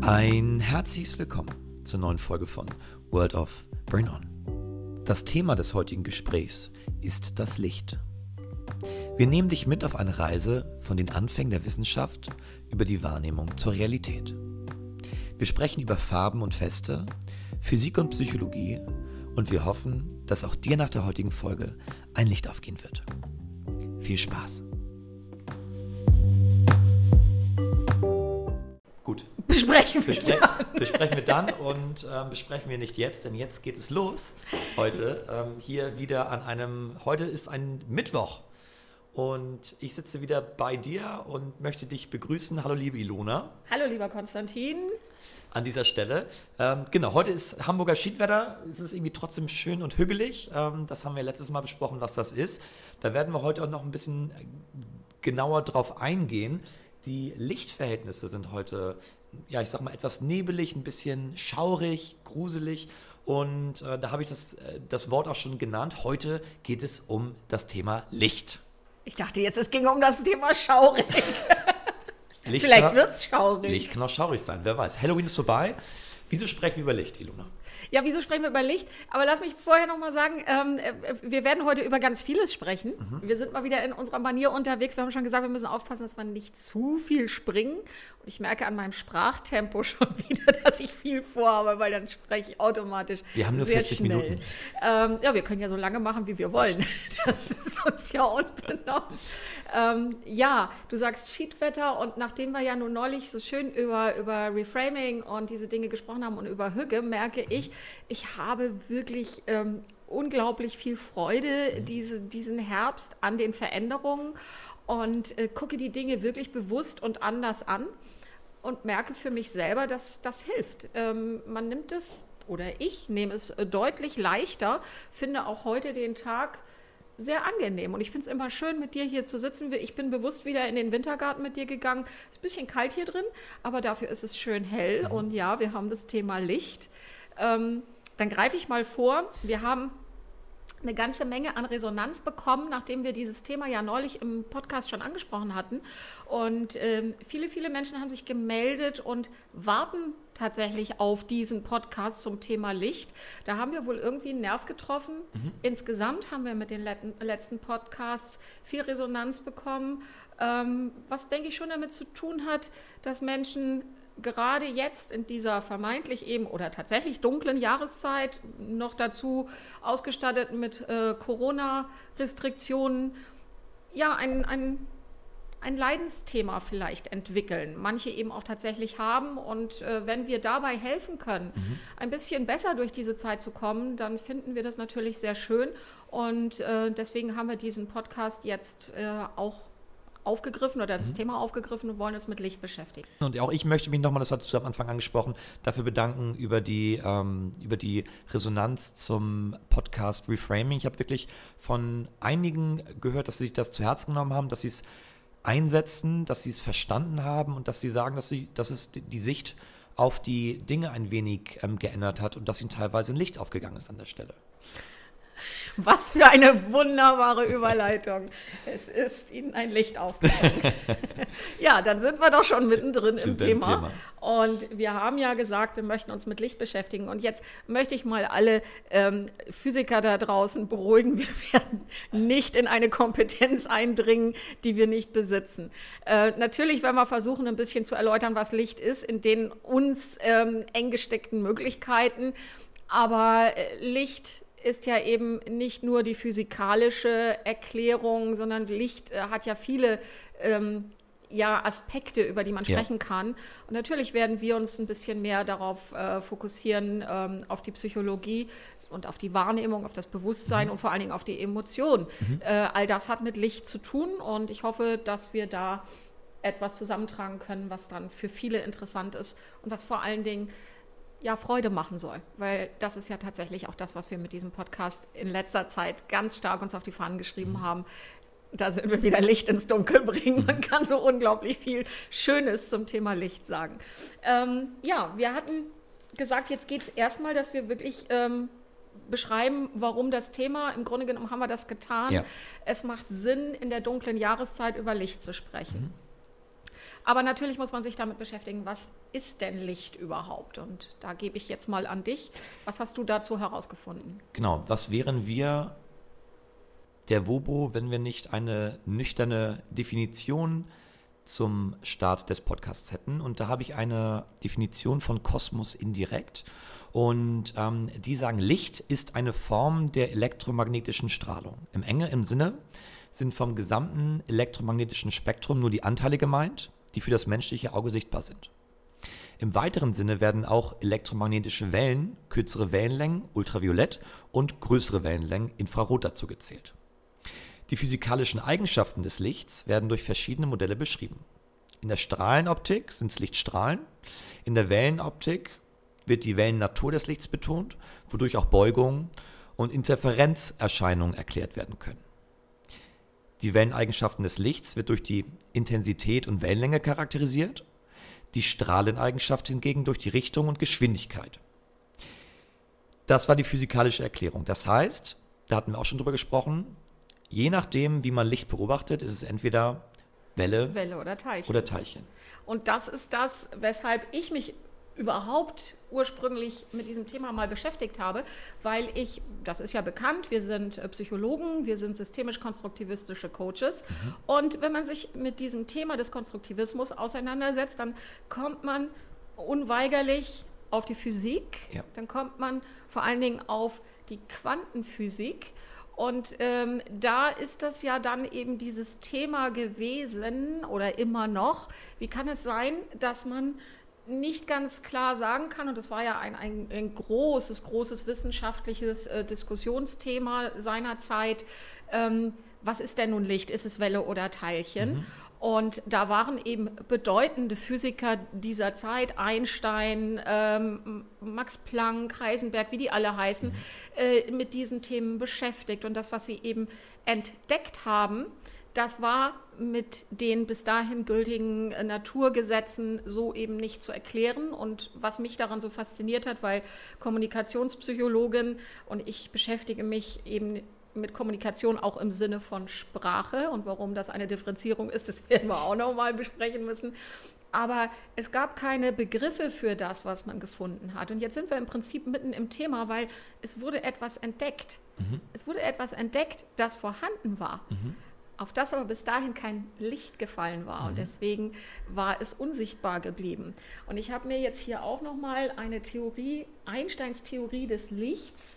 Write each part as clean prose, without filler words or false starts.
Ein herzliches Willkommen zur neuen Folge von World of Brain On. Das Thema des heutigen Gesprächs ist das Licht. Wir nehmen dich mit auf eine Reise von den Anfängen der Wissenschaft über die Wahrnehmung zur Realität. Wir sprechen über Farben und Feste, Physik und Psychologie und wir hoffen, dass auch dir nach der heutigen Folge ein Licht aufgehen wird. Viel Spaß! Gut. Besprechen wir dann und besprechen wir nicht jetzt, denn jetzt geht es los. Heute hier wieder heute ist ein Mittwoch und ich sitze wieder bei dir und möchte dich begrüßen. Hallo liebe Ilona. Hallo lieber Konstantin. An dieser Stelle. Genau, heute ist Hamburger Schiedwetter. Es ist irgendwie trotzdem schön und hügelig. Das haben wir letztes Mal besprochen, was das ist. Da werden wir heute auch noch ein bisschen genauer drauf eingehen. Die Lichtverhältnisse sind heute, ja, ich sag mal, etwas nebelig, ein bisschen schaurig, gruselig. Und da habe ich das Wort auch schon genannt. Heute geht es um das Thema Licht. Ich dachte jetzt, es ging um das Thema schaurig. Vielleicht wird es schaurig. Licht kann auch schaurig sein, wer weiß. Halloween ist vorbei. Wieso sprechen wir über Licht, Ilona? Ja, wieso sprechen wir über Licht? Aber lass mich vorher noch mal sagen, wir werden heute über ganz vieles sprechen. Wir sind mal wieder in unserer Manier unterwegs. Wir haben schon gesagt, wir müssen aufpassen, dass wir nicht zu viel springen. Und ich merke an meinem Sprachtempo schon wieder, dass ich viel vorhabe, weil dann spreche ich automatisch sehr schnell. Wir haben nur 40 Minuten. Ja, wir können ja so lange machen, wie wir wollen. Das ist uns ja unbenommen. Ja, du sagst Schiedwetter und nachdem wir ja nun neulich so schön über Reframing und diese Dinge gesprochen haben und über Hügge, merke ich habe wirklich unglaublich viel Freude diesen Herbst an den Veränderungen und gucke die Dinge wirklich bewusst und anders an und merke für mich selber, dass das hilft. Man nimmt es, oder ich nehme es deutlich leichter, finde auch heute den Tag sehr angenehm. Und ich finde es immer schön, mit dir hier zu sitzen. Ich bin bewusst wieder in den Wintergarten mit dir gegangen. Ist ein bisschen kalt hier drin, aber dafür ist es schön hell. Und ja, wir haben das Thema Licht. Dann greife ich mal vor. Wir haben eine ganze Menge an Resonanz bekommen, nachdem wir dieses Thema ja neulich im Podcast schon angesprochen hatten. Und viele, viele Menschen haben sich gemeldet und warten tatsächlich auf diesen Podcast zum Thema Licht. Da haben wir wohl irgendwie einen Nerv getroffen. Insgesamt haben wir mit den letzten Podcasts viel Resonanz bekommen, was, denke ich, schon damit zu tun hat, dass Menschen gerade jetzt in dieser vermeintlich eben oder tatsächlich dunklen Jahreszeit, noch dazu ausgestattet mit Corona-Restriktionen, ja, ein Leidensthema vielleicht entwickeln. Manche eben auch tatsächlich haben. Und wenn wir dabei helfen können, ein bisschen besser durch diese Zeit zu kommen, dann finden wir das natürlich sehr schön. Und deswegen haben wir diesen Podcast jetzt auch aufgegriffen oder das Thema aufgegriffen und wollen uns mit Licht beschäftigen. Und auch ich möchte mich nochmal, das hattest du am Anfang angesprochen, dafür bedanken über die Resonanz zum Podcast Reframing. Ich habe wirklich von einigen gehört, dass sie sich das zu Herzen genommen haben, dass sie es einsetzen, dass sie es verstanden haben und dass sie sagen, dass es die Sicht auf die Dinge ein wenig geändert hat und dass ihnen teilweise ein Licht aufgegangen ist an der Stelle. Was für eine wunderbare Überleitung. Es ist Ihnen ein Licht aufgegangen. Ja, dann sind wir doch schon mittendrin im Thema. Und wir haben ja gesagt, wir möchten uns mit Licht beschäftigen. Und jetzt möchte ich mal alle Physiker da draußen beruhigen. Wir werden nicht in eine Kompetenz eindringen, die wir nicht besitzen. Natürlich werden wir versuchen, ein bisschen zu erläutern, was Licht ist, in den uns eng gesteckten Möglichkeiten. Aber Licht ist ja eben nicht nur die physikalische Erklärung, sondern Licht hat ja viele Aspekte, über die man sprechen kann. Und natürlich werden wir uns ein bisschen mehr darauf fokussieren, auf die Psychologie und auf die Wahrnehmung, auf das Bewusstsein und vor allen Dingen auf die Emotionen. All das hat mit Licht zu tun und ich hoffe, dass wir da etwas zusammentragen können, was dann für viele interessant ist und was vor allen Dingen Freude machen soll, weil das ist ja tatsächlich auch das, was wir mit diesem Podcast in letzter Zeit ganz stark uns auf die Fahnen geschrieben haben. Da sind wir wieder Licht ins Dunkel bringen. Man kann so unglaublich viel Schönes zum Thema Licht sagen. Wir hatten gesagt, jetzt geht es erstmal, dass wir wirklich beschreiben, warum das Thema, im Grunde genommen haben wir das getan. Ja. Es macht Sinn, in der dunklen Jahreszeit über Licht zu sprechen. Aber natürlich muss man sich damit beschäftigen, was ist denn Licht überhaupt? Und da gebe ich jetzt mal an dich. Was hast du dazu herausgefunden? Genau, was wären wir, der WOBO, wenn wir nicht eine nüchterne Definition zum Start des Podcasts hätten? Und da habe ich eine Definition von Kosmos indirekt. Und die sagen, Licht ist eine Form der elektromagnetischen Strahlung. Im Sinne sind vom gesamten elektromagnetischen Spektrum nur die Anteile gemeint, die für das menschliche Auge sichtbar sind. Im weiteren Sinne werden auch elektromagnetische Wellen, kürzere Wellenlängen, Ultraviolett und größere Wellenlängen, Infrarot dazu gezählt. Die physikalischen Eigenschaften des Lichts werden durch verschiedene Modelle beschrieben. In der Strahlenoptik sind es Lichtstrahlen, in der Wellenoptik wird die Wellennatur des Lichts betont, wodurch auch Beugungen und Interferenzerscheinungen erklärt werden können. Die Welleneigenschaften des Lichts wird durch die Intensität und Wellenlänge charakterisiert, die Strahleneigenschaft hingegen durch die Richtung und Geschwindigkeit. Das war die physikalische Erklärung. Das heißt, da hatten wir auch schon drüber gesprochen, je nachdem, wie man Licht beobachtet, ist es entweder Welle oder Teilchen. Und das ist das, weshalb ich mich überhaupt ursprünglich mit diesem Thema mal beschäftigt habe, weil das ist ja bekannt, wir sind Psychologen, wir sind systemisch-konstruktivistische Coaches und wenn man sich mit diesem Thema des Konstruktivismus auseinandersetzt, dann kommt man unweigerlich auf die Physik, dann kommt man vor allen Dingen auf die Quantenphysik. Und da ist das ja dann eben dieses Thema gewesen oder immer noch. Wie kann es sein, dass man nicht ganz klar sagen kann, und das war ja ein großes wissenschaftliches Diskussionsthema seinerzeit, was ist denn nun Licht? Ist es Welle oder Teilchen? Und da waren eben bedeutende Physiker dieser Zeit, Einstein, Max Planck, Heisenberg, wie die alle heißen, mit diesen Themen beschäftigt. Und das, was sie eben entdeckt haben, das war mit den bis dahin gültigen Naturgesetzen so eben nicht zu erklären. Und was mich daran so fasziniert hat, weil Kommunikationspsychologin und ich beschäftige mich eben mit Kommunikation auch im Sinne von Sprache und warum das eine Differenzierung ist, das werden wir auch noch mal besprechen müssen. Aber es gab keine Begriffe für das, was man gefunden hat. Und jetzt sind wir im Prinzip mitten im Thema, weil es wurde etwas entdeckt. Es wurde etwas entdeckt, das vorhanden war, auf das aber bis dahin kein Licht gefallen war. Und deswegen war es unsichtbar geblieben. Und ich habe mir jetzt hier auch noch mal eine Theorie, Einsteins Theorie des Lichts,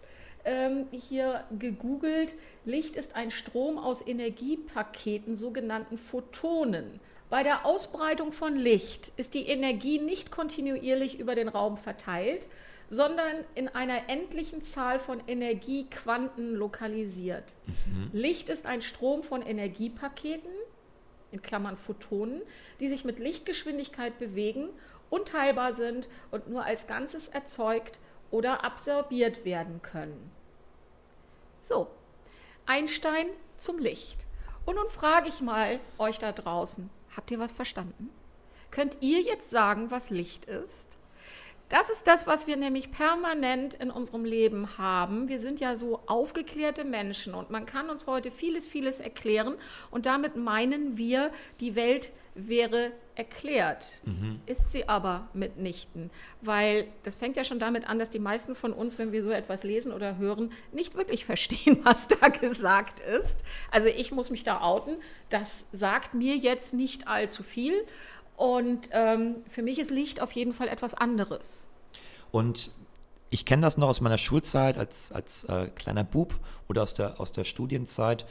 hier gegoogelt. Licht ist ein Strom aus Energiepaketen, sogenannten Photonen. Bei der Ausbreitung von Licht ist die Energie nicht kontinuierlich über den Raum verteilt, sondern in einer endlichen Zahl von Energiequanten lokalisiert. Licht ist ein Strom von Energiepaketen, in Klammern Photonen, die sich mit Lichtgeschwindigkeit bewegen, unteilbar sind und nur als Ganzes erzeugt oder absorbiert werden können. So, Einstein zum Licht. Und nun frage ich mal euch da draußen, habt ihr was verstanden? Könnt ihr jetzt sagen, was Licht ist? Das ist das, was wir nämlich permanent in unserem Leben haben. Wir sind ja so aufgeklärte Menschen und man kann uns heute vieles erklären und damit meinen wir, die Welt wäre erklärt. Ist sie aber mitnichten, weil das fängt ja schon damit an, dass die meisten von uns, wenn wir so etwas lesen oder hören, nicht wirklich verstehen, was da gesagt ist. Also ich muss mich da outen, das sagt mir jetzt nicht allzu viel. Und für mich ist Licht auf jeden Fall etwas anderes. Und ich kenne das noch aus meiner Schulzeit als kleiner Bub oder aus der Studienzeit,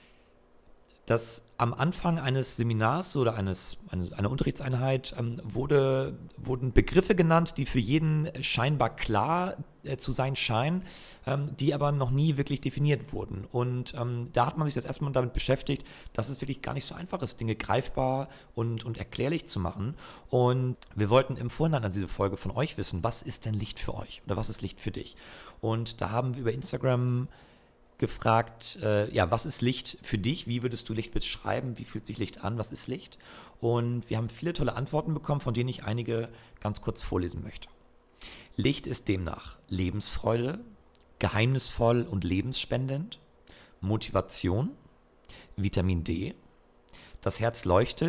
dass am Anfang eines Seminars oder einer Unterrichtseinheit wurden Begriffe genannt, die für jeden scheinbar klar zu sein scheinen, die aber noch nie wirklich definiert wurden. Und da hat man sich das erstmal damit beschäftigt, dass es wirklich gar nicht so einfach ist, Dinge greifbar und erklärlich zu machen. Und wir wollten im Vorhinein an diese Folge von euch wissen, was ist denn Licht für euch oder was ist Licht für dich? Und da haben wir über Instagram gefragt, was ist Licht für dich? Wie würdest du Licht beschreiben? Wie fühlt sich Licht an? Was ist Licht? Und wir haben viele tolle Antworten bekommen, von denen ich einige ganz kurz vorlesen möchte. Licht ist demnach Lebensfreude, geheimnisvoll und lebensspendend, Motivation, Vitamin D, das Herz leuchtet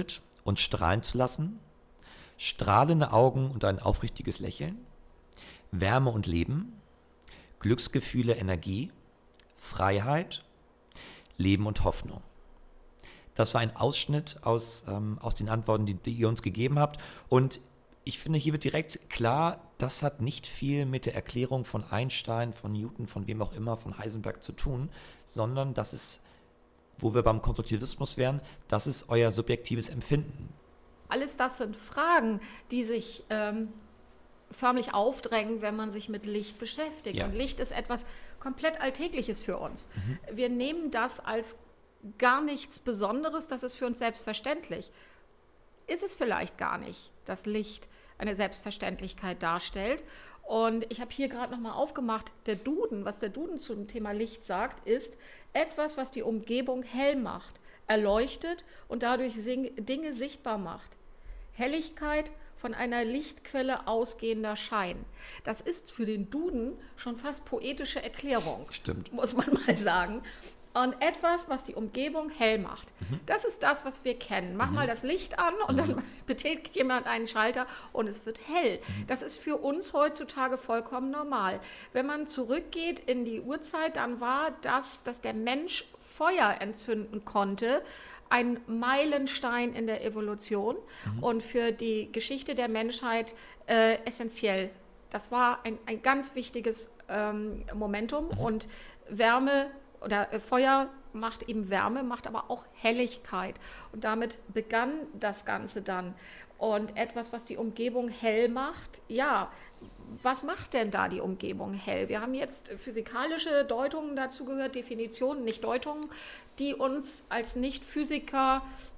und strahlen zu lassen, strahlende Augen und ein aufrichtiges Lächeln, Wärme und Leben, Glücksgefühle, Energie, Freiheit, Leben und Hoffnung. Das war ein Ausschnitt aus den Antworten, die ihr uns gegeben habt. Und ich finde, hier wird direkt klar, das hat nicht viel mit der Erklärung von Einstein, von Newton, von wem auch immer, von Heisenberg zu tun, sondern das ist, wo wir beim Konstruktivismus wären, das ist euer subjektives Empfinden. Alles das sind Fragen, die sich förmlich aufdrängen, wenn man sich mit Licht beschäftigt. Ja. Und Licht ist etwas komplett Alltägliches für uns. Wir nehmen das als gar nichts Besonderes, das ist für uns selbstverständlich. Ist es vielleicht gar nicht, dass Licht eine Selbstverständlichkeit darstellt. Und ich habe hier gerade nochmal aufgemacht, was der Duden zum Thema Licht sagt, ist etwas, was die Umgebung hell macht, erleuchtet und dadurch Dinge sichtbar macht. Helligkeit von einer Lichtquelle ausgehender Schein. Das ist für den Duden schon fast poetische Erklärung. Stimmt. Muss man mal sagen. Und etwas, was die Umgebung hell macht. Das ist das, was wir kennen. Mach mal das Licht an und dann betätigt jemand einen Schalter und es wird hell. Das ist für uns heutzutage vollkommen normal. Wenn man zurückgeht in die Urzeit, dann war das, dass der Mensch Feuer entzünden konnte, ein Meilenstein in der Evolution und für die Geschichte der Menschheit essentiell. Das war ein ganz wichtiges Momentum und Wärme oder Feuer macht eben Wärme, macht aber auch Helligkeit. Und damit begann das Ganze dann. Und etwas, was die Umgebung hell macht, ja, was macht denn da die Umgebung hell? Wir haben jetzt physikalische Deutungen dazu gehört, Definitionen, nicht Deutungen, die uns als Nicht-Physiker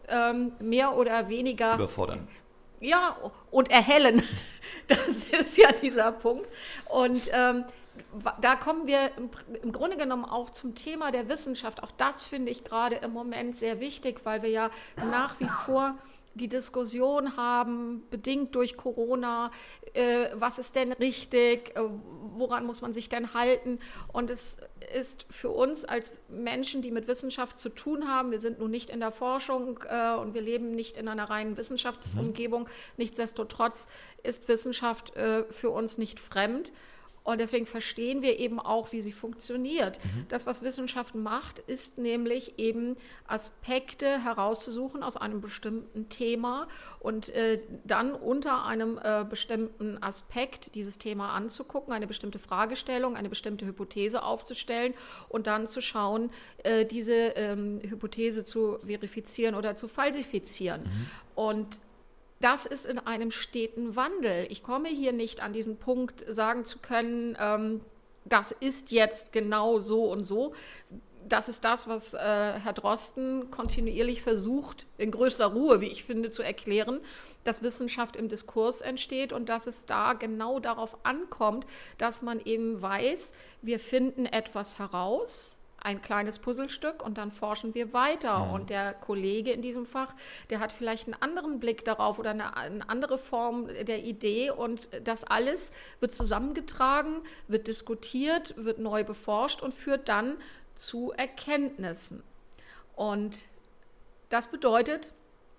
mehr oder weniger Überfordern. Ja, und erhellen. Das ist ja dieser Punkt. Und da kommen wir im Grunde genommen auch zum Thema der Wissenschaft. Auch das finde ich gerade im Moment sehr wichtig, weil wir ja nach wie vor die Diskussion haben, bedingt durch Corona, was ist denn richtig, woran muss man sich denn halten? Und es ist für uns als Menschen, die mit Wissenschaft zu tun haben, wir sind nun nicht in der Forschung und wir leben nicht in einer reinen Wissenschaftsumgebung, nichtsdestotrotz ist Wissenschaft für uns nicht fremd. Und deswegen verstehen wir eben auch, wie sie funktioniert. Das, was Wissenschaft macht, ist nämlich eben Aspekte herauszusuchen aus einem bestimmten Thema und dann unter einem bestimmten Aspekt dieses Thema anzugucken, eine bestimmte Fragestellung, eine bestimmte Hypothese aufzustellen und dann zu schauen, diese Hypothese zu verifizieren oder zu falsifizieren. Und das ist in einem steten Wandel. Ich komme hier nicht an diesen Punkt, sagen zu können, das ist jetzt genau so und so. Das ist das, was Herr Drosten kontinuierlich versucht, in größter Ruhe, wie ich finde, zu erklären, dass Wissenschaft im Diskurs entsteht und dass es da genau darauf ankommt, dass man eben weiß, wir finden etwas heraus, ein kleines Puzzlestück und dann forschen wir weiter. Und der Kollege in diesem Fach, der hat vielleicht einen anderen Blick darauf oder eine andere Form der Idee und das alles wird zusammengetragen, wird diskutiert, wird neu beforscht und führt dann zu Erkenntnissen. Und das bedeutet,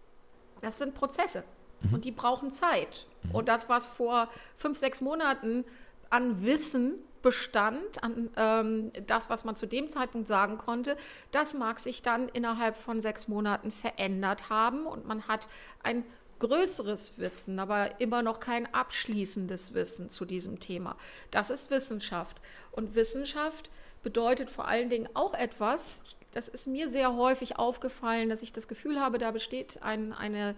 das sind Prozesse und die brauchen Zeit. Und das, was vor 5, 6 Monaten an Wissen bestand, an das, was man zu dem Zeitpunkt sagen konnte, das mag sich dann innerhalb von 6 Monaten verändert haben und man hat ein größeres Wissen, aber immer noch kein abschließendes Wissen zu diesem Thema. Das ist Wissenschaft. Und Wissenschaft bedeutet vor allen Dingen auch etwas, das ist mir sehr häufig aufgefallen, dass ich das Gefühl habe, da besteht eine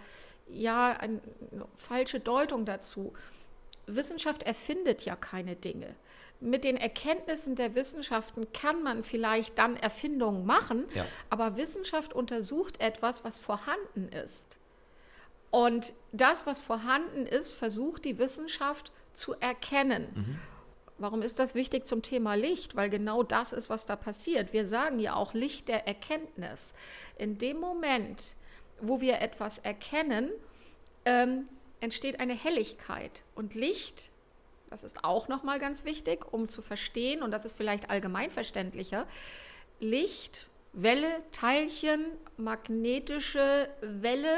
falsche Deutung dazu. Wissenschaft erfindet ja keine Dinge. Mit den Erkenntnissen der Wissenschaften kann man vielleicht dann Erfindungen machen, aber Wissenschaft untersucht etwas, was vorhanden ist. Und das, was vorhanden ist, versucht die Wissenschaft zu erkennen. Warum ist das wichtig zum Thema Licht? Weil genau das ist, was da passiert. Wir sagen ja auch Licht der Erkenntnis. In dem Moment, wo wir etwas erkennen, entsteht eine Helligkeit. Und Licht, das ist auch nochmal ganz wichtig, um zu verstehen, und das ist vielleicht allgemeinverständlicher, Licht, Welle, Teilchen, magnetische Welle,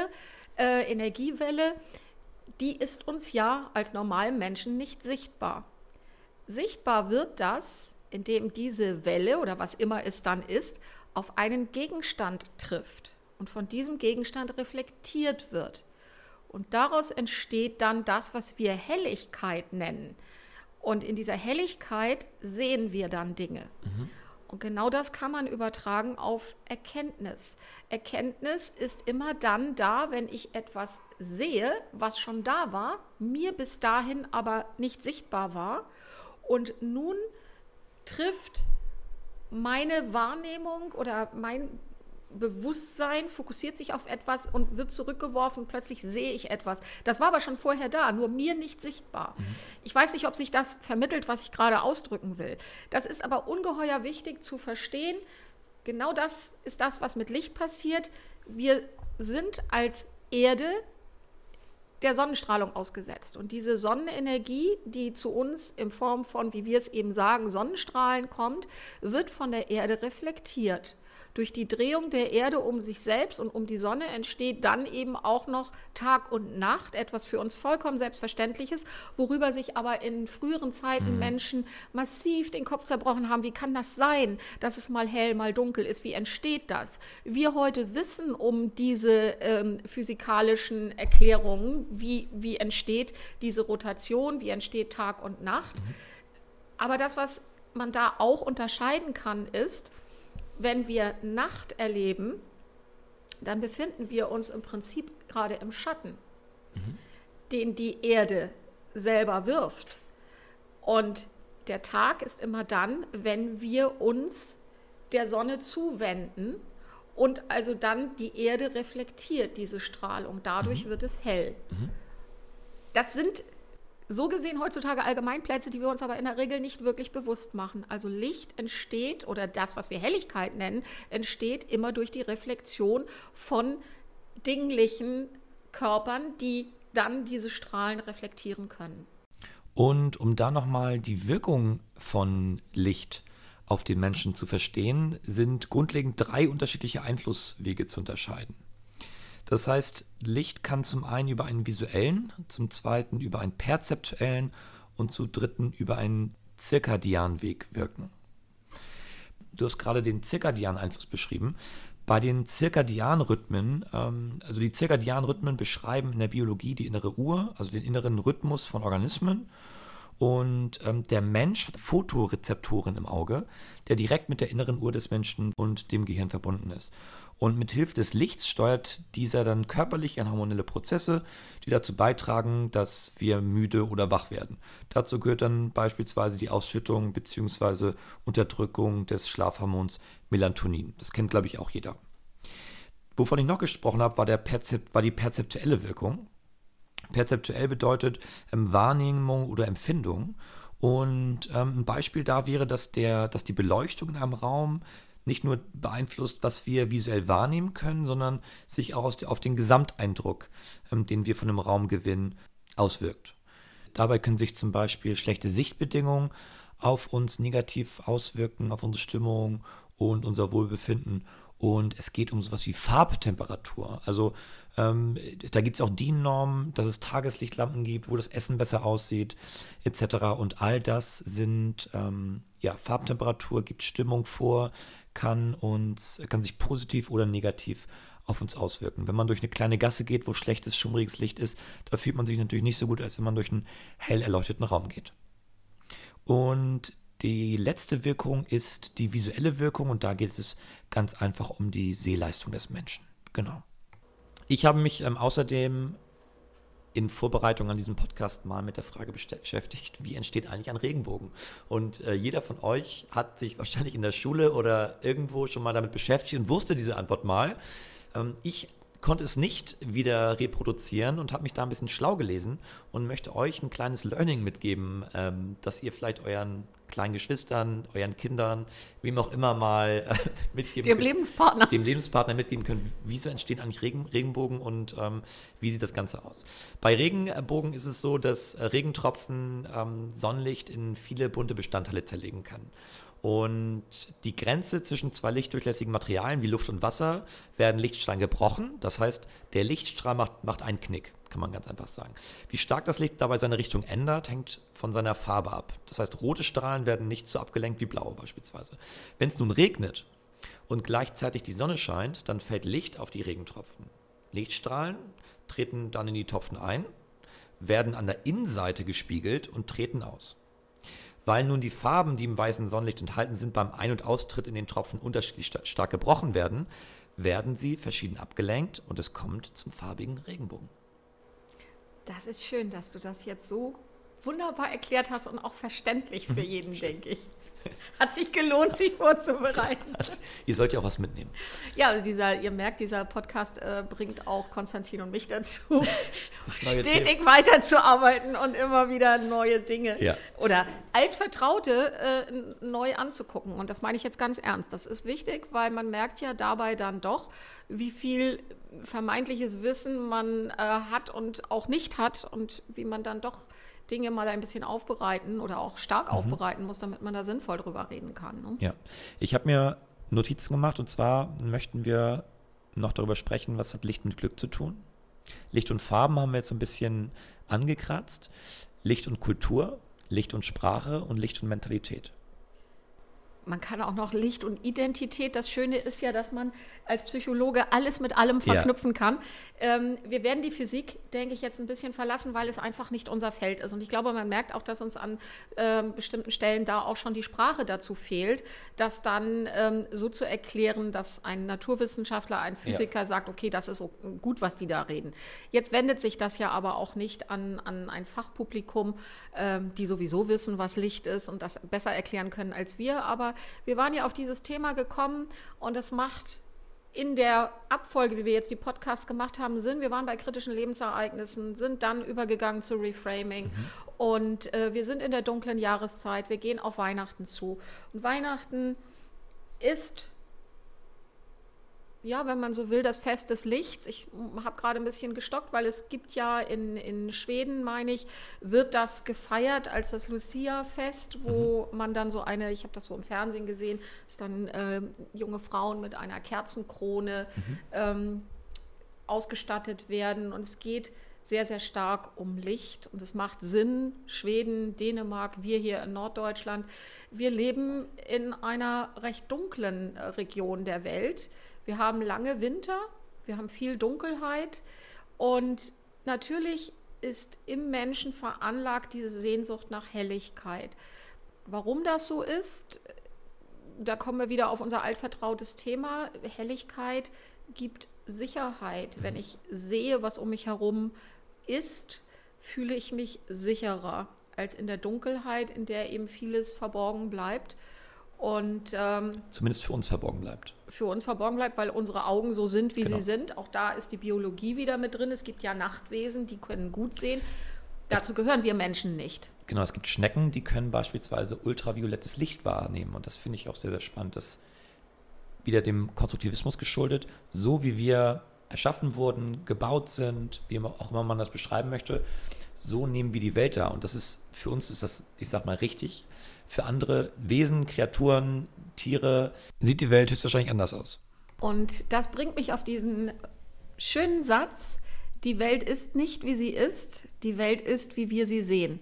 Energiewelle, die ist uns ja als normalen Menschen nicht sichtbar. Sichtbar wird das, indem diese Welle oder was immer es dann ist, auf einen Gegenstand trifft und von diesem Gegenstand reflektiert wird. Und daraus entsteht dann das, was wir Helligkeit nennen. Und in dieser Helligkeit sehen wir dann Dinge. Und genau das kann man übertragen auf Erkenntnis. Erkenntnis ist immer dann da, wenn ich etwas sehe, was schon da war, mir bis dahin aber nicht sichtbar war. Und nun trifft meine Wahrnehmung oder mein Bewusstsein fokussiert sich auf etwas und wird zurückgeworfen. Plötzlich sehe ich etwas. Das war aber schon vorher da, nur mir nicht sichtbar. Ich weiß nicht, ob sich das vermittelt, was ich gerade ausdrücken will. Das ist aber ungeheuer wichtig zu verstehen. Genau das ist das, was mit Licht passiert. Wir sind als Erde der Sonnenstrahlung ausgesetzt. Und diese Sonnenenergie, die zu uns in Form von, wie wir es eben sagen, Sonnenstrahlen kommt, wird von der Erde reflektiert. Durch die Drehung der Erde um sich selbst und um die Sonne entsteht dann eben auch noch Tag und Nacht, etwas für uns vollkommen Selbstverständliches, worüber sich aber in früheren Zeiten Menschen massiv den Kopf zerbrochen haben. Wie kann das sein, dass es mal hell, mal dunkel ist? Wie entsteht das? Wir heute wissen um diese physikalischen Erklärungen, wie entsteht diese Rotation, wie entsteht Tag und Nacht. Aber das, was man da auch unterscheiden kann, ist, wenn wir Nacht erleben, dann befinden wir uns im Prinzip gerade im Schatten, den die Erde selber wirft. Und der Tag ist immer dann, wenn wir uns der Sonne zuwenden und also dann die Erde reflektiert diese Strahlung. Dadurch wird es hell. Das sind so gesehen heutzutage Allgemeinplätze, die wir uns aber in der Regel nicht wirklich bewusst machen. Also Licht entsteht, oder das, was wir Helligkeit nennen, entsteht immer durch die Reflexion von dinglichen Körpern, die dann diese Strahlen reflektieren können. Und um da nochmal die Wirkung von Licht auf den Menschen zu verstehen, sind grundlegend 3 unterschiedliche Einflusswege zu unterscheiden. Das heißt, Licht kann zum einen über einen visuellen, zum zweiten über einen perzeptuellen und zum dritten über einen zirkadianen Weg wirken. Du hast gerade den zirkadianen Einfluss beschrieben. Bei den zirkadianen Rhythmen, also die zirkadianen Rhythmen beschreiben in der Biologie die innere Uhr, also den inneren Rhythmus von Organismen. Und der Mensch hat Photorezeptoren im Auge, der direkt mit der inneren Uhr des Menschen und dem Gehirn verbunden ist. Und mit Hilfe des Lichts steuert dieser dann körperlich an hormonelle Prozesse, die dazu beitragen, dass wir müde oder wach werden. Dazu gehört dann beispielsweise die Ausschüttung bzw. Unterdrückung des Schlafhormons Melatonin. Das kennt, glaube ich, auch jeder. Wovon ich noch gesprochen habe, war die perzeptuelle Wirkung. Perzeptuell bedeutet Wahrnehmung oder Empfindung. Und ein Beispiel da wäre, dass die Beleuchtung in einem Raum nicht nur beeinflusst, was wir visuell wahrnehmen können, sondern sich auch auf den Gesamteindruck, den wir von einem Raum gewinnen, auswirkt. Dabei können sich zum Beispiel schlechte Sichtbedingungen auf uns negativ auswirken, auf unsere Stimmung und unser Wohlbefinden. Und es geht um sowas wie Farbtemperatur. Also da gibt es auch DIN-Normen, dass es Tageslichtlampen gibt, wo das Essen besser aussieht, etc. Und all das sind Farbtemperatur, gibt Stimmung vor, kann sich positiv oder negativ auf uns auswirken. Wenn man durch eine kleine Gasse geht, wo schlechtes, schummriges Licht ist, da fühlt man sich natürlich nicht so gut, als wenn man durch einen hell erleuchteten Raum geht. Und die letzte Wirkung ist die visuelle Wirkung und da geht es ganz einfach um die Sehleistung des Menschen. Genau. Ich habe mich außerdem in Vorbereitung an diesem Podcast mal mit der Frage beschäftigt, wie entsteht eigentlich ein Regenbogen? Und jeder von euch hat sich wahrscheinlich in der Schule oder irgendwo schon mal damit beschäftigt und wusste diese Antwort mal. Ich konnte es nicht wieder reproduzieren und habe mich da ein bisschen schlau gelesen und möchte euch ein kleines Learning mitgeben, dass ihr vielleicht euren kleinen Geschwistern, euren Kindern, wem auch immer mal mitgeben Dem Lebenspartner mitgeben können, wieso entstehen eigentlich Regenbogen und wie sieht das Ganze aus. Bei Regenbogen ist es so, dass Regentropfen Sonnenlicht in viele bunte Bestandteile zerlegen kann. Und die Grenze zwischen zwei lichtdurchlässigen Materialien wie Luft und Wasser werden Lichtstrahlen gebrochen. Das heißt, der Lichtstrahl macht einen Knick, kann man ganz einfach sagen. Wie stark das Licht dabei seine Richtung ändert, hängt von seiner Farbe ab. Das heißt, rote Strahlen werden nicht so abgelenkt wie blaue beispielsweise. Wenn es nun regnet und gleichzeitig die Sonne scheint, dann fällt Licht auf die Regentropfen. Lichtstrahlen treten dann in die Tropfen ein, werden an der Innenseite gespiegelt und treten aus. Weil nun die Farben, die im weißen Sonnenlicht enthalten sind, beim Ein- und Austritt in den Tropfen unterschiedlich stark gebrochen werden, werden sie verschieden abgelenkt und es kommt zum farbigen Regenbogen. Das ist schön, dass du das jetzt so wunderbar erklärt hast und auch verständlich für jeden, denke ich. Hat sich gelohnt, sich vorzubereiten. Ihr sollt ja auch was mitnehmen. Ja, also ihr merkt, dieser Podcast bringt auch Konstantin und mich dazu, stetig weiterzuarbeiten und immer wieder neue Dinge oder altvertraute neu anzugucken. Und das meine ich jetzt ganz ernst. Das ist wichtig, weil man merkt ja dabei dann doch, wie viel vermeintliches Wissen man hat und auch nicht hat und wie man dann doch Dinge mal ein bisschen aufbereiten oder auch stark aufbereiten muss, damit man da sinnvoll drüber reden kann. Ne? Ja, ich habe mir Notizen gemacht und zwar möchten wir noch darüber sprechen, was hat Licht mit Glück zu tun. Licht und Farben haben wir jetzt so ein bisschen angekratzt. Licht und Kultur, Licht und Sprache und Licht und Mentalität. Man kann auch noch Licht und Identität. Das Schöne ist ja, dass man als Psychologe alles mit allem verknüpfen kann. Wir werden die Physik, denke ich, jetzt ein bisschen verlassen, weil es einfach nicht unser Feld ist. Und ich glaube, man merkt auch, dass uns an bestimmten Stellen da auch schon die Sprache dazu fehlt, das dann so zu erklären, dass ein Naturwissenschaftler, ein Physiker sagt, okay, das ist so gut, was die da reden. Jetzt wendet sich das ja aber auch nicht an ein Fachpublikum, die sowieso wissen, was Licht ist und das besser erklären können als wir. Aber wir waren ja auf dieses Thema gekommen und es macht in der Abfolge, wie wir jetzt die Podcasts gemacht haben, Sinn. Wir waren bei kritischen Lebensereignissen, sind dann übergegangen zu Reframing und wir sind in der dunklen Jahreszeit, wir gehen auf Weihnachten zu. Und Weihnachten ist, ja, wenn man so will, das Fest des Lichts. Ich habe gerade ein bisschen gestockt, weil es gibt ja in Schweden, meine ich, wird das gefeiert als das Lucia-Fest, wo man dann so ich habe das so im Fernsehen gesehen, ist dann junge Frauen mit einer Kerzenkrone ausgestattet werden. Und es geht sehr, sehr stark um Licht. Und es macht Sinn, Schweden, Dänemark, wir hier in Norddeutschland, wir leben in einer recht dunklen Region der Welt. Wir haben lange Winter, wir haben viel Dunkelheit und natürlich ist im Menschen veranlagt diese Sehnsucht nach Helligkeit. Warum das so ist, da kommen wir wieder auf unser altvertrautes Thema. Helligkeit gibt Sicherheit. Wenn ich sehe, was um mich herum ist, fühle ich mich sicherer als in der Dunkelheit, in der eben vieles verborgen bleibt. Und zumindest für uns verborgen bleibt. Für uns verborgen bleibt, weil unsere Augen so sind, wie sie sind. Auch da ist die Biologie wieder mit drin. Es gibt ja Nachtwesen, die können gut sehen. Dazu gehören wir Menschen nicht. Genau, es gibt Schnecken, die können beispielsweise ultraviolettes Licht wahrnehmen. Und das finde ich auch sehr, sehr spannend. Das ist wieder dem Konstruktivismus geschuldet. So wie wir erschaffen wurden, gebaut sind, wie auch immer man das beschreiben möchte, so nehmen wir die Welt da. Und das ist, für uns ist das, ich sag mal, richtig. Für andere Wesen, Kreaturen, Tiere sieht die Welt höchstwahrscheinlich anders aus. Und das bringt mich auf diesen schönen Satz: Die Welt ist nicht, wie sie ist, die Welt ist, wie wir sie sehen.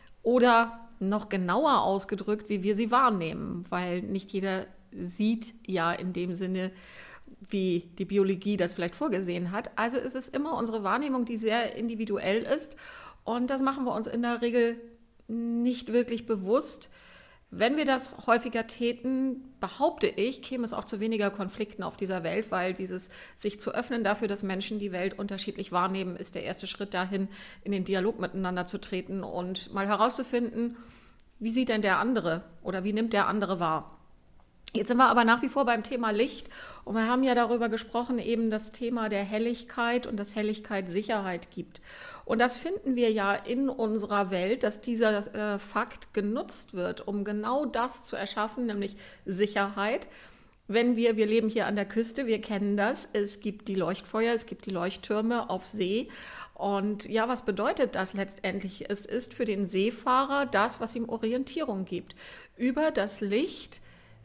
Oder noch genauer ausgedrückt, wie wir sie wahrnehmen, weil nicht jeder sieht ja in dem Sinne, wie die Biologie das vielleicht vorgesehen hat. Also ist es immer unsere Wahrnehmung, die sehr individuell ist. Und das machen wir uns in der Regel nicht wirklich bewusst. Wenn wir das häufiger täten, behaupte ich, käme es auch zu weniger Konflikten auf dieser Welt, weil dieses sich zu öffnen dafür, dass Menschen die Welt unterschiedlich wahrnehmen, ist der erste Schritt dahin, in den Dialog miteinander zu treten und mal herauszufinden, wie sieht denn der andere oder wie nimmt der andere wahr. Jetzt sind wir aber nach wie vor beim Thema Licht und wir haben ja darüber gesprochen, eben das Thema der Helligkeit und dass Helligkeit Sicherheit gibt. Und das finden wir ja in unserer Welt, dass dieser Fakt genutzt wird, um genau das zu erschaffen, nämlich Sicherheit. Wenn wir leben hier an der Küste, wir kennen das, es gibt die Leuchtfeuer, es gibt die Leuchttürme auf See. Und ja, was bedeutet das letztendlich? Es ist für den Seefahrer das, was ihm Orientierung gibt. Über das Licht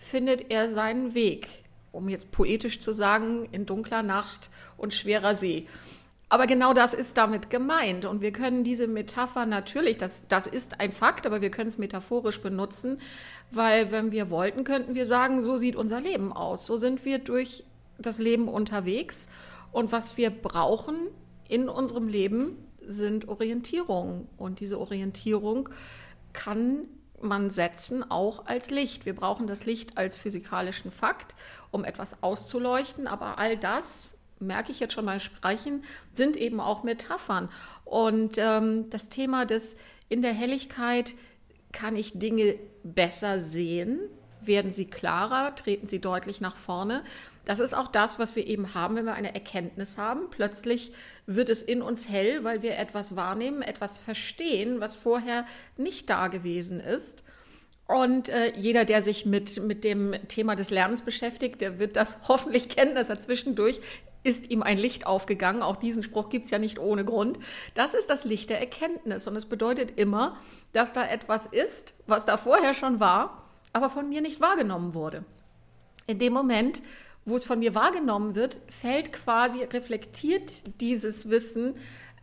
findet er seinen Weg, um jetzt poetisch zu sagen, in dunkler Nacht und schwerer See. Aber genau das ist damit gemeint. Und wir können diese Metapher natürlich, das ist ein Fakt, aber wir können es metaphorisch benutzen, weil wenn wir wollten, könnten wir sagen, so sieht unser Leben aus. So sind wir durch das Leben unterwegs. Und was wir brauchen in unserem Leben, sind Orientierung. Und diese Orientierung kann man setzen auch als Licht. Wir brauchen das Licht als physikalischen Fakt, um etwas auszuleuchten. Aber all das, merke ich jetzt schon mal sprechen, sind eben auch Metaphern. Und das Thema des in der Helligkeit kann ich Dinge besser sehen, werden sie klarer, treten sie deutlich nach vorne. Das ist auch das, was wir eben haben, wenn wir eine Erkenntnis haben. Plötzlich wird es in uns hell, weil wir etwas wahrnehmen, etwas verstehen, was vorher nicht da gewesen ist. Und jeder, der sich mit dem Thema des Lernens beschäftigt, der wird das hoffentlich kennen, dass er zwischendurch ist ihm ein Licht aufgegangen. Auch diesen Spruch gibt es ja nicht ohne Grund. Das ist das Licht der Erkenntnis. Und es bedeutet immer, dass da etwas ist, was da vorher schon war, aber von mir nicht wahrgenommen wurde. In dem Moment, wo es von mir wahrgenommen wird, fällt quasi, reflektiert dieses Wissen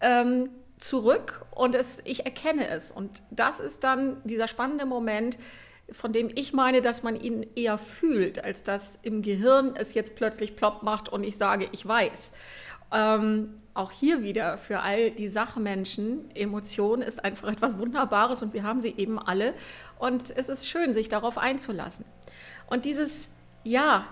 zurück und ich erkenne es. Und das ist dann dieser spannende Moment, von dem ich meine, dass man ihn eher fühlt, als dass im Gehirn es jetzt plötzlich plopp macht und ich sage, ich weiß. Auch hier wieder für all die Sachmenschen, Emotion ist einfach etwas Wunderbares und wir haben sie eben alle. Und es ist schön, sich darauf einzulassen. Und dieses, ja,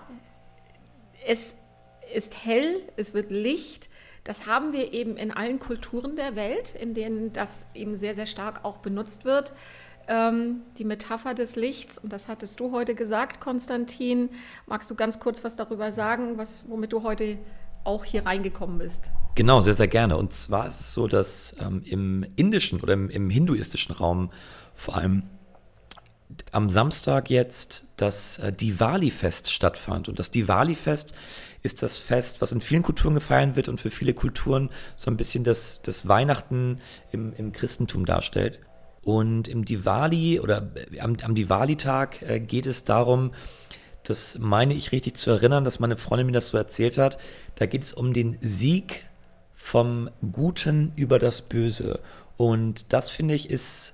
es ist hell, es wird Licht, das haben wir eben in allen Kulturen der Welt, in denen das eben sehr, sehr stark auch benutzt wird. Die Metapher des Lichts, und das hattest du heute gesagt, Konstantin. Magst du ganz kurz was darüber sagen, womit du heute auch hier reingekommen bist? Genau, sehr, sehr gerne. Und zwar ist es so, dass im indischen oder im hinduistischen Raum vor allem am Samstag jetzt das Diwali-Fest stattfand. Und das Diwali-Fest ist das Fest, was in vielen Kulturen gefeiert wird und für viele Kulturen so ein bisschen das Weihnachten im Christentum darstellt. Und im Diwali oder am Diwali-Tag geht es darum, das meine ich richtig zu erinnern, dass meine Freundin mir das so erzählt hat, da geht es um den Sieg vom Guten über das Böse. Und das, finde ich, ist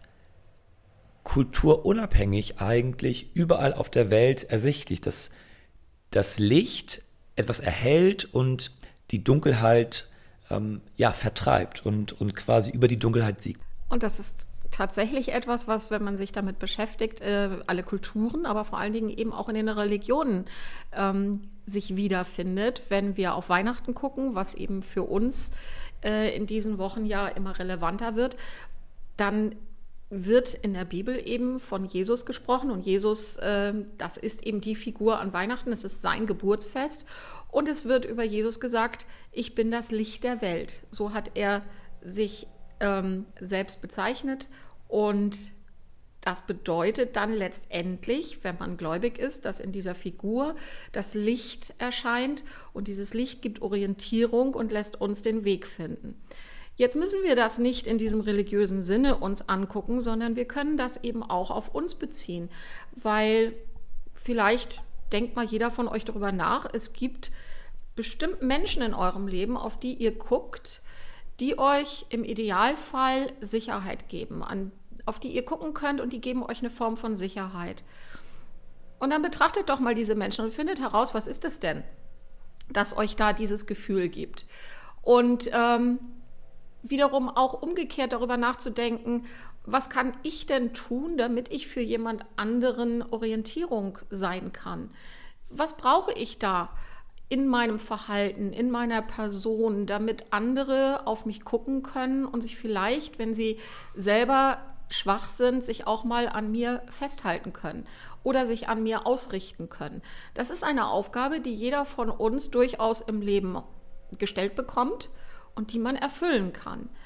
kulturunabhängig eigentlich überall auf der Welt ersichtlich, dass das Licht etwas erhellt und die Dunkelheit vertreibt und quasi über die Dunkelheit siegt. Und das ist tatsächlich etwas, was, wenn man sich damit beschäftigt, alle Kulturen, aber vor allen Dingen eben auch in den Religionen sich wiederfindet. Wenn wir auf Weihnachten gucken, was eben für uns in diesen Wochen ja immer relevanter wird, dann wird in der Bibel eben von Jesus gesprochen. Und Jesus, das ist eben die Figur an Weihnachten, es ist sein Geburtsfest. Und es wird über Jesus gesagt, ich bin das Licht der Welt. So hat er sich selbst bezeichnet. Und das bedeutet dann letztendlich, wenn man gläubig ist, dass in dieser Figur das Licht erscheint und dieses Licht gibt Orientierung und lässt uns den Weg finden. Jetzt müssen wir das nicht in diesem religiösen Sinne uns angucken, sondern wir können das eben auch auf uns beziehen, weil vielleicht denkt mal jeder von euch darüber nach, es gibt bestimmt Menschen in eurem Leben, auf die ihr guckt, die euch im Idealfall Sicherheit geben, auf die ihr gucken könnt und die geben euch eine Form von Sicherheit. Und dann betrachtet doch mal diese Menschen und findet heraus, was ist es denn, das euch da dieses Gefühl gibt. Und wiederum auch umgekehrt darüber nachzudenken, was kann ich denn tun, damit ich für jemand anderen Orientierung sein kann? Was brauche ich da in meinem Verhalten, in meiner Person, damit andere auf mich gucken können und sich vielleicht, wenn sie selber schwach sind, sich auch mal an mir festhalten können oder sich an mir ausrichten können. Das ist eine Aufgabe, die jeder von uns durchaus im Leben gestellt bekommt und die man erfüllen kann.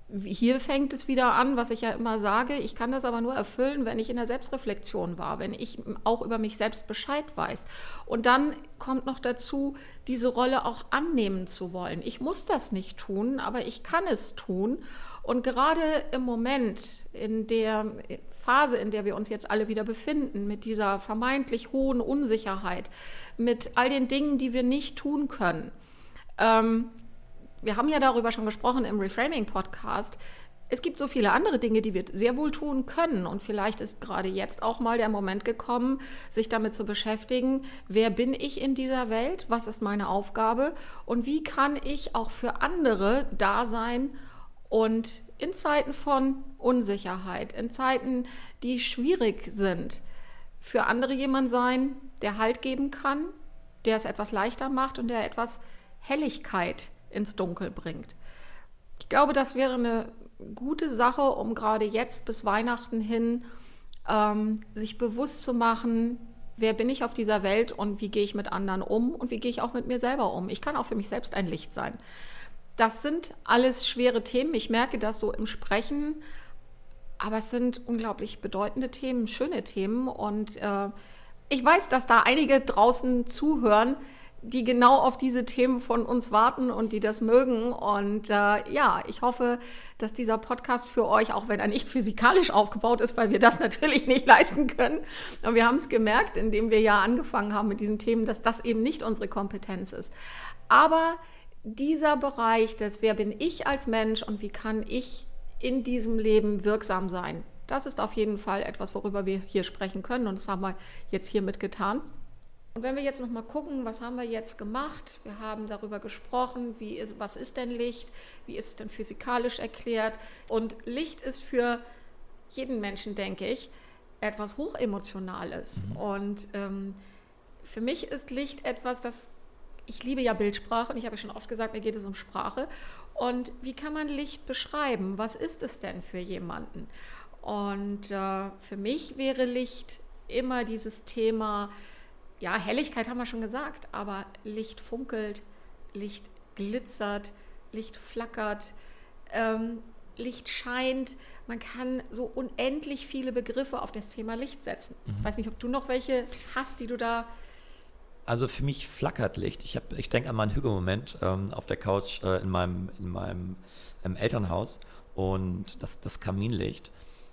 hier fängt es wieder an, was ich ja immer sage, ich kann das aber nur erfüllen, wenn ich in der Selbstreflexion war, wenn ich auch über mich selbst Bescheid weiß. Und dann kommt noch dazu, diese Rolle auch annehmen zu wollen. Ich muss das nicht tun, aber ich kann es tun. Und gerade im Moment, in der Phase, in der wir uns jetzt alle wieder befinden, mit dieser vermeintlich hohen Unsicherheit, mit all den Dingen, die wir nicht tun können, wir haben ja darüber schon gesprochen im Reframing-Podcast. Es gibt so viele andere Dinge, die wir sehr wohl tun können. Und vielleicht ist gerade jetzt auch mal der Moment gekommen, sich damit zu beschäftigen, wer bin ich in dieser Welt, was ist meine Aufgabe und wie kann ich auch für andere da sein und in Zeiten von Unsicherheit, in Zeiten, die schwierig sind, für andere jemand sein, der Halt geben kann, der es etwas leichter macht und der etwas Helligkeit ins Dunkel bringt. Ich glaube, das wäre eine gute Sache, um gerade jetzt bis Weihnachten hin sich bewusst zu machen, wer bin ich auf dieser Welt und wie gehe ich mit anderen um und wie gehe ich auch mit mir selber um. Ich kann auch für mich selbst ein Licht sein. Das sind alles schwere Themen. Ich merke das so im Sprechen, aber es sind unglaublich bedeutende Themen, schöne Themen. Und ich weiß, dass da einige draußen zuhören, die genau auf diese Themen von uns warten und die das mögen. Und ich hoffe, dass dieser Podcast für euch, auch wenn er nicht physikalisch aufgebaut ist, weil wir das natürlich nicht leisten können. Und wir haben es gemerkt, indem wir ja angefangen haben mit diesen Themen, dass das eben nicht unsere Kompetenz ist. Aber dieser Bereich des, wer bin ich als Mensch und wie kann ich in diesem Leben wirksam sein, das ist auf jeden Fall etwas, worüber wir hier sprechen können. Und das haben wir jetzt hiermit getan. Und wenn wir jetzt noch mal gucken, was haben wir jetzt gemacht? Wir haben darüber gesprochen, was ist denn Licht? Wie ist es denn physikalisch erklärt? Und Licht ist für jeden Menschen, denke ich, etwas Hochemotionales. Und für mich ist Licht etwas, ich liebe ja Bildsprache und ich habe ja schon oft gesagt, mir geht es um Sprache. Und wie kann man Licht beschreiben? Was ist es denn für jemanden? Und für mich wäre Licht immer dieses Thema, ja, Helligkeit haben wir schon gesagt, aber Licht funkelt, Licht glitzert, Licht flackert, Licht scheint. Man kann so unendlich viele Begriffe auf das Thema Licht setzen. Ich weiß nicht, ob du noch welche hast, die du da... Also für mich flackert Licht. Ich denke an meinen Hügelmoment auf der Couch in meinem Elternhaus und das Kaminlicht.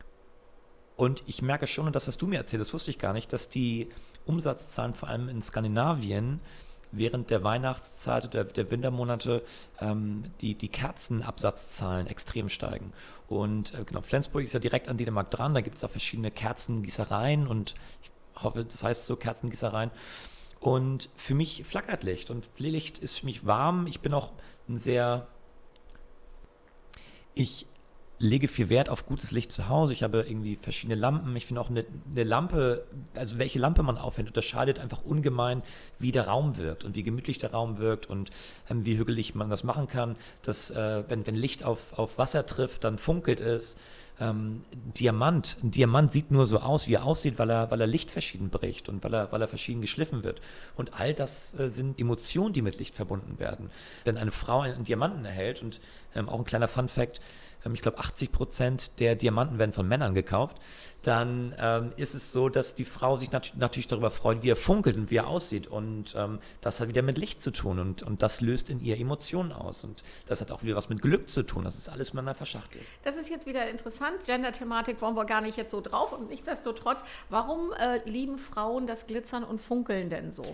Und ich merke schon, und das hast du mir erzählt, das wusste ich gar nicht, dass die Umsatzzahlen vor allem in Skandinavien während der Weihnachtszeit oder der Wintermonate die Kerzenabsatzzahlen extrem steigen. Und genau, Flensburg ist ja direkt an Dänemark dran, da gibt es auch verschiedene Kerzengießereien und ich hoffe, das heißt so Kerzengießereien. Und für mich flackert Licht und Licht ist für mich warm. Ich bin auch ich lege viel Wert auf gutes Licht zu Hause. Ich habe irgendwie verschiedene Lampen. Ich finde auch eine Lampe, also welche Lampe man aufhängt, unterscheidet einfach ungemein, wie der Raum wirkt und wie gemütlich der Raum wirkt und wie hügelig man das machen kann. Dass, wenn Licht auf Wasser trifft, dann funkelt es. Ein Diamant sieht nur so aus, wie er aussieht, weil er Licht verschieden bricht und weil er verschieden geschliffen wird. Und all das sind Emotionen, die mit Licht verbunden werden. Wenn eine Frau einen Diamanten erhält, und auch ein kleiner Funfact, ich glaube 80% der Diamanten werden von Männern gekauft, dann ist es so, dass die Frau sich natürlich darüber freut, wie er funkelt und wie er aussieht. Und das hat wieder mit Licht zu tun und das löst in ihr Emotionen aus. Und das hat auch wieder was mit Glück zu tun. Das ist alles miteinander verschachtelt. Das ist jetzt wieder interessant. Gender-Thematik wollen wir gar nicht jetzt so drauf. Und nichtsdestotrotz, warum lieben Frauen das Glitzern und Funkeln denn so?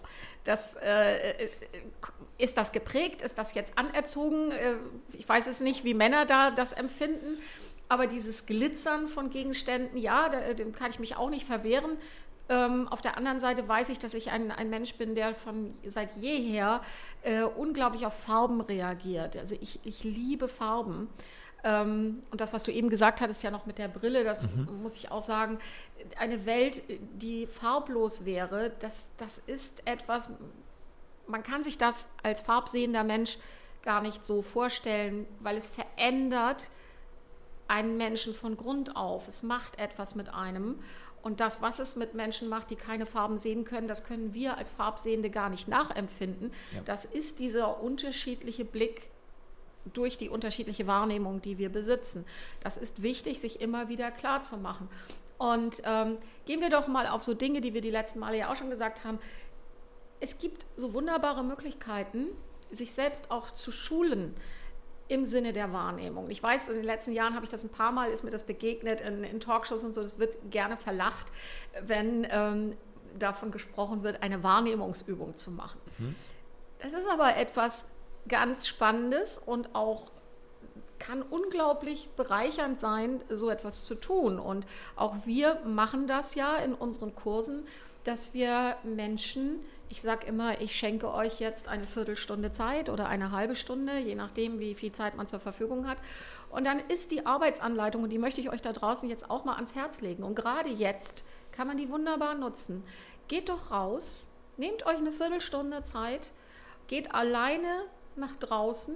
Ist das geprägt? Ist das jetzt anerzogen? Ich weiß es nicht, wie Männer da das empfinden. Aber dieses Glitzern von Gegenständen, ja, dem kann ich mich auch nicht verwehren. Auf der anderen Seite weiß ich, dass ich ein Mensch bin, der seit jeher unglaublich auf Farben reagiert. Also ich liebe Farben. Und das, was du eben gesagt hattest, ja noch mit der Brille, das muss ich auch sagen, eine Welt, die farblos wäre, das ist etwas, man kann sich das als farbsehender Mensch gar nicht so vorstellen, weil es verändert einen Menschen von Grund auf. Es macht etwas mit einem. Und das, was es mit Menschen macht, die keine Farben sehen können, das können wir als Farbsehende gar nicht nachempfinden. Ja. Das ist dieser unterschiedliche Blick durch die unterschiedliche Wahrnehmung, die wir besitzen. Das ist wichtig, sich immer wieder klar zu machen. Und gehen wir doch mal auf so Dinge, die wir die letzten Male ja auch schon gesagt haben. Es gibt so wunderbare Möglichkeiten, sich selbst auch zu schulen im Sinne der Wahrnehmung. Ich weiß, in den letzten Jahren habe ich das ein paar Mal, ist mir das begegnet in Talkshows und so, das wird gerne verlacht, wenn davon gesprochen wird, eine Wahrnehmungsübung zu machen. Das ist aber etwas ganz Spannendes und auch kann unglaublich bereichernd sein, so etwas zu tun. Und auch wir machen das ja in unseren Kursen, dass wir Menschen, ich sage immer, ich schenke euch jetzt eine Viertelstunde Zeit oder eine halbe Stunde, je nachdem, wie viel Zeit man zur Verfügung hat. Und dann ist die Arbeitsanleitung, und die möchte ich euch da draußen jetzt auch mal ans Herz legen. Und gerade jetzt kann man die wunderbar nutzen. Geht doch raus, nehmt euch eine Viertelstunde Zeit, geht alleine nach draußen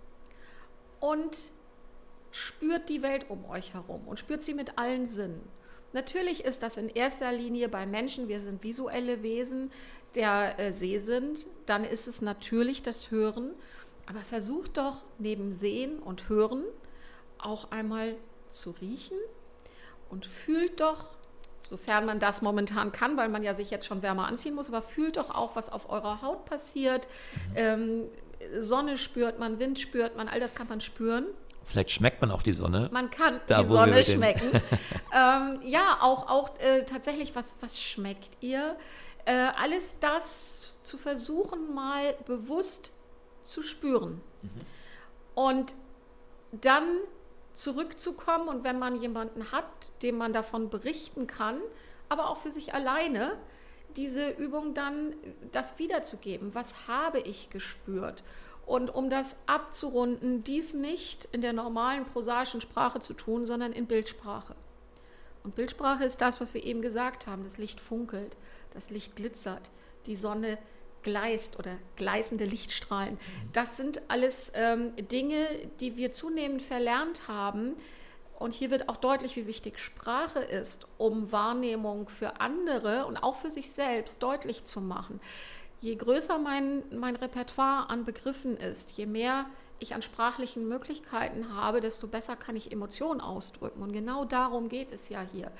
und spürt die Welt um euch herum und spürt sie mit allen Sinnen. Natürlich ist das in erster Linie bei Menschen, wir sind visuelle Wesen, der Sehsinn, dann ist es natürlich das Hören, aber versucht doch neben Sehen und Hören auch einmal zu riechen und fühlt doch, sofern man das momentan kann, weil man ja sich jetzt schon wärmer anziehen muss, aber fühlt doch auch, was auf eurer Haut passiert. Sonne spürt man, Wind spürt man, all das kann man spüren. Vielleicht schmeckt man auch die Sonne. Man kann die Sonne schmecken. Ja, auch tatsächlich, was schmeckt ihr? Alles das zu versuchen, mal bewusst zu spüren. Und dann zurückzukommen und wenn man jemanden hat, dem man davon berichten kann, aber auch für sich alleine, diese Übung dann das wiederzugeben. Was habe ich gespürt? Und um das abzurunden, dies nicht in der normalen prosaischen Sprache zu tun, sondern in Bildsprache. Und Bildsprache ist das, was wir eben gesagt haben. Das Licht funkelt, das Licht glitzert, die Sonne gleißt oder gleißende Lichtstrahlen. Das sind alles Dinge, die wir zunehmend verlernt haben. Und hier wird auch deutlich, wie wichtig Sprache ist, um Wahrnehmung für andere und auch für sich selbst deutlich zu machen. Je größer mein Repertoire an Begriffen ist, je mehr ich an sprachlichen Möglichkeiten habe, desto besser kann ich Emotionen ausdrücken. Und genau darum geht es ja hier.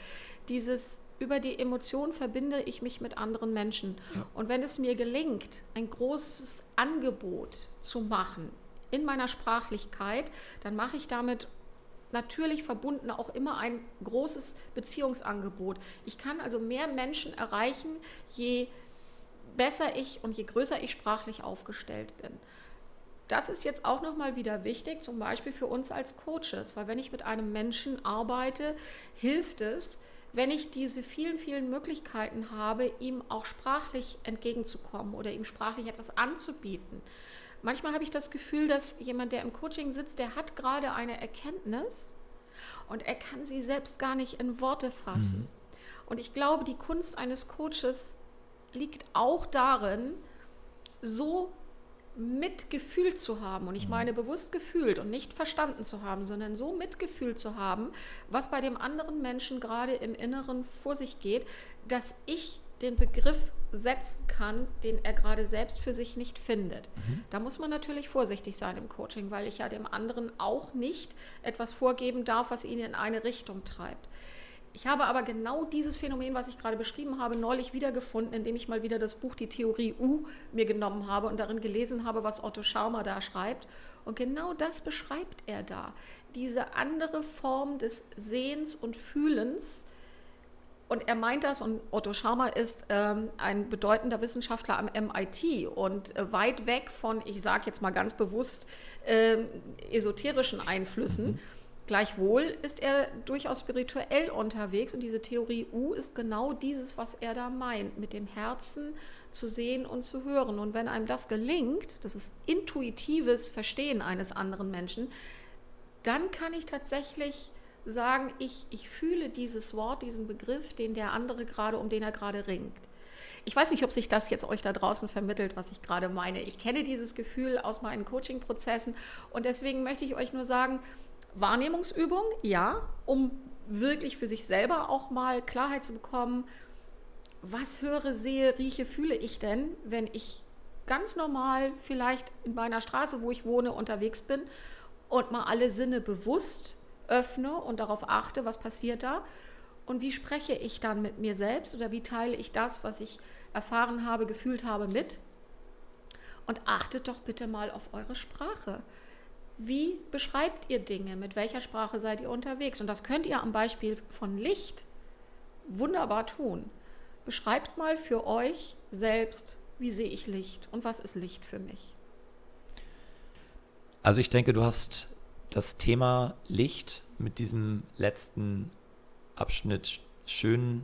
Über die Emotion verbinde ich mich mit anderen Menschen. Ja. Und wenn es mir gelingt, ein großes Angebot zu machen in meiner Sprachlichkeit, dann mache ich damit natürlich verbunden auch immer ein großes Beziehungsangebot. Ich kann also mehr Menschen erreichen, je besser ich und je größer ich sprachlich aufgestellt bin. Das ist jetzt auch nochmal wieder wichtig, zum Beispiel für uns als Coaches, weil wenn ich mit einem Menschen arbeite, hilft es, wenn ich diese vielen, vielen Möglichkeiten habe, ihm auch sprachlich entgegenzukommen oder ihm sprachlich etwas anzubieten. Manchmal habe ich das Gefühl, dass jemand, der im Coaching sitzt, der hat gerade eine Erkenntnis und er kann sie selbst gar nicht in Worte fassen. Und ich glaube, die Kunst eines Coaches liegt auch darin, so mitgefühlt zu haben. Und ich meine bewusst gefühlt und nicht verstanden zu haben, sondern so mitgefühlt zu haben, was bei dem anderen Menschen gerade im Inneren vor sich geht, dass ich den Begriff setzen kann, den er gerade selbst für sich nicht findet. Da muss man natürlich vorsichtig sein im Coaching, weil ich ja dem anderen auch nicht etwas vorgeben darf, was ihn in eine Richtung treibt. Ich habe aber genau dieses Phänomen, was ich gerade beschrieben habe, neulich wiedergefunden, indem ich mal wieder das Buch Die Theorie U mir genommen habe und darin gelesen habe, was Otto Scharmer da schreibt. Und genau das beschreibt er da. Diese andere Form des Sehens und Fühlens. Und er meint das, und Otto Scharmer ist ein bedeutender Wissenschaftler am MIT und weit weg von, ich sage jetzt mal ganz bewusst, esoterischen Einflüssen. Gleichwohl ist er durchaus spirituell unterwegs und diese Theorie U ist genau dieses, was er da meint, mit dem Herzen zu sehen und zu hören. Und wenn einem das gelingt, das ist intuitives Verstehen eines anderen Menschen, dann kann ich tatsächlich sagen, ich fühle dieses Wort, diesen Begriff, den der andere gerade, um den er gerade ringt. Ich weiß nicht, ob sich das jetzt euch da draußen vermittelt, was ich gerade meine. Ich kenne dieses Gefühl aus meinen Coaching-Prozessen und deswegen möchte ich euch nur sagen, Wahrnehmungsübung, ja, um wirklich für sich selber auch mal Klarheit zu bekommen, was höre, sehe, rieche, fühle ich denn, wenn ich ganz normal vielleicht in meiner Straße, wo ich wohne, unterwegs bin und mal alle Sinne bewusst öffne und darauf achte, was passiert da und wie spreche ich dann mit mir selbst oder wie teile ich das, was ich erfahren habe, gefühlt habe, mit. Und achtet doch bitte mal auf eure Sprache. Wie beschreibt ihr Dinge? Mit welcher Sprache seid ihr unterwegs? Und das könnt ihr am Beispiel von Licht wunderbar tun. Beschreibt mal für euch selbst, wie sehe ich Licht und was ist Licht für mich? Also ich denke, du hast das Thema Licht mit diesem letzten Abschnitt schön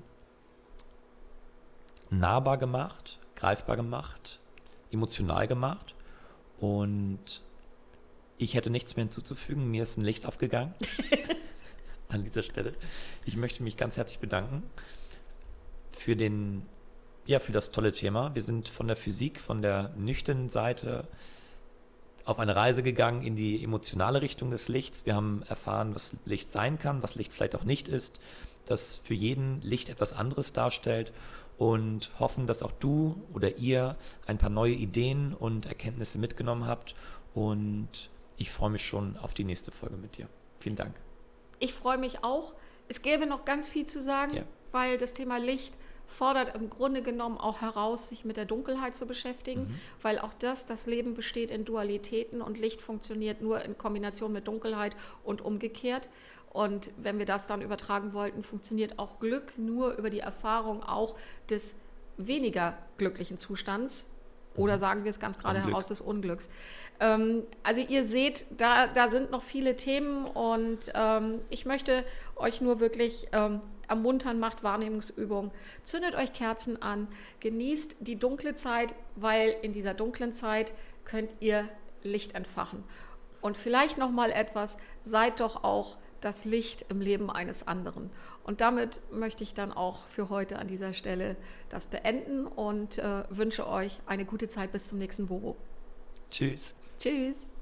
nahbar gemacht, greifbar gemacht, emotional gemacht und ich hätte nichts mehr hinzuzufügen. Mir ist ein Licht aufgegangen an dieser Stelle. Ich möchte mich ganz herzlich bedanken für das tolle Thema. Wir sind von der Physik, von der nüchternen Seite auf eine Reise gegangen in die emotionale Richtung des Lichts. Wir haben erfahren, was Licht sein kann, was Licht vielleicht auch nicht ist, dass für jeden Licht etwas anderes darstellt und hoffen, dass auch du oder ihr ein paar neue Ideen und Erkenntnisse mitgenommen habt und ich freue mich schon auf die nächste Folge mit dir. Vielen Dank. Ich freue mich auch. Es gäbe noch ganz viel zu sagen, weil das Thema Licht fordert im Grunde genommen auch heraus, sich mit der Dunkelheit zu beschäftigen, weil auch das Leben besteht in Dualitäten und Licht funktioniert nur in Kombination mit Dunkelheit und umgekehrt. Und wenn wir das dann übertragen wollten, funktioniert auch Glück nur über die Erfahrung auch des weniger glücklichen Zustands oder sagen wir es ganz gerade heraus, des Unglücks. Also ihr seht, da sind noch viele Themen und ich möchte euch nur wirklich ermuntern, macht Wahrnehmungsübungen, zündet euch Kerzen an, genießt die dunkle Zeit, weil in dieser dunklen Zeit könnt ihr Licht entfachen. Und vielleicht noch mal etwas, seid doch auch das Licht im Leben eines anderen. Und damit möchte ich dann auch für heute an dieser Stelle das beenden und wünsche euch eine gute Zeit bis zum nächsten Bobo. Tschüss. Tschüss.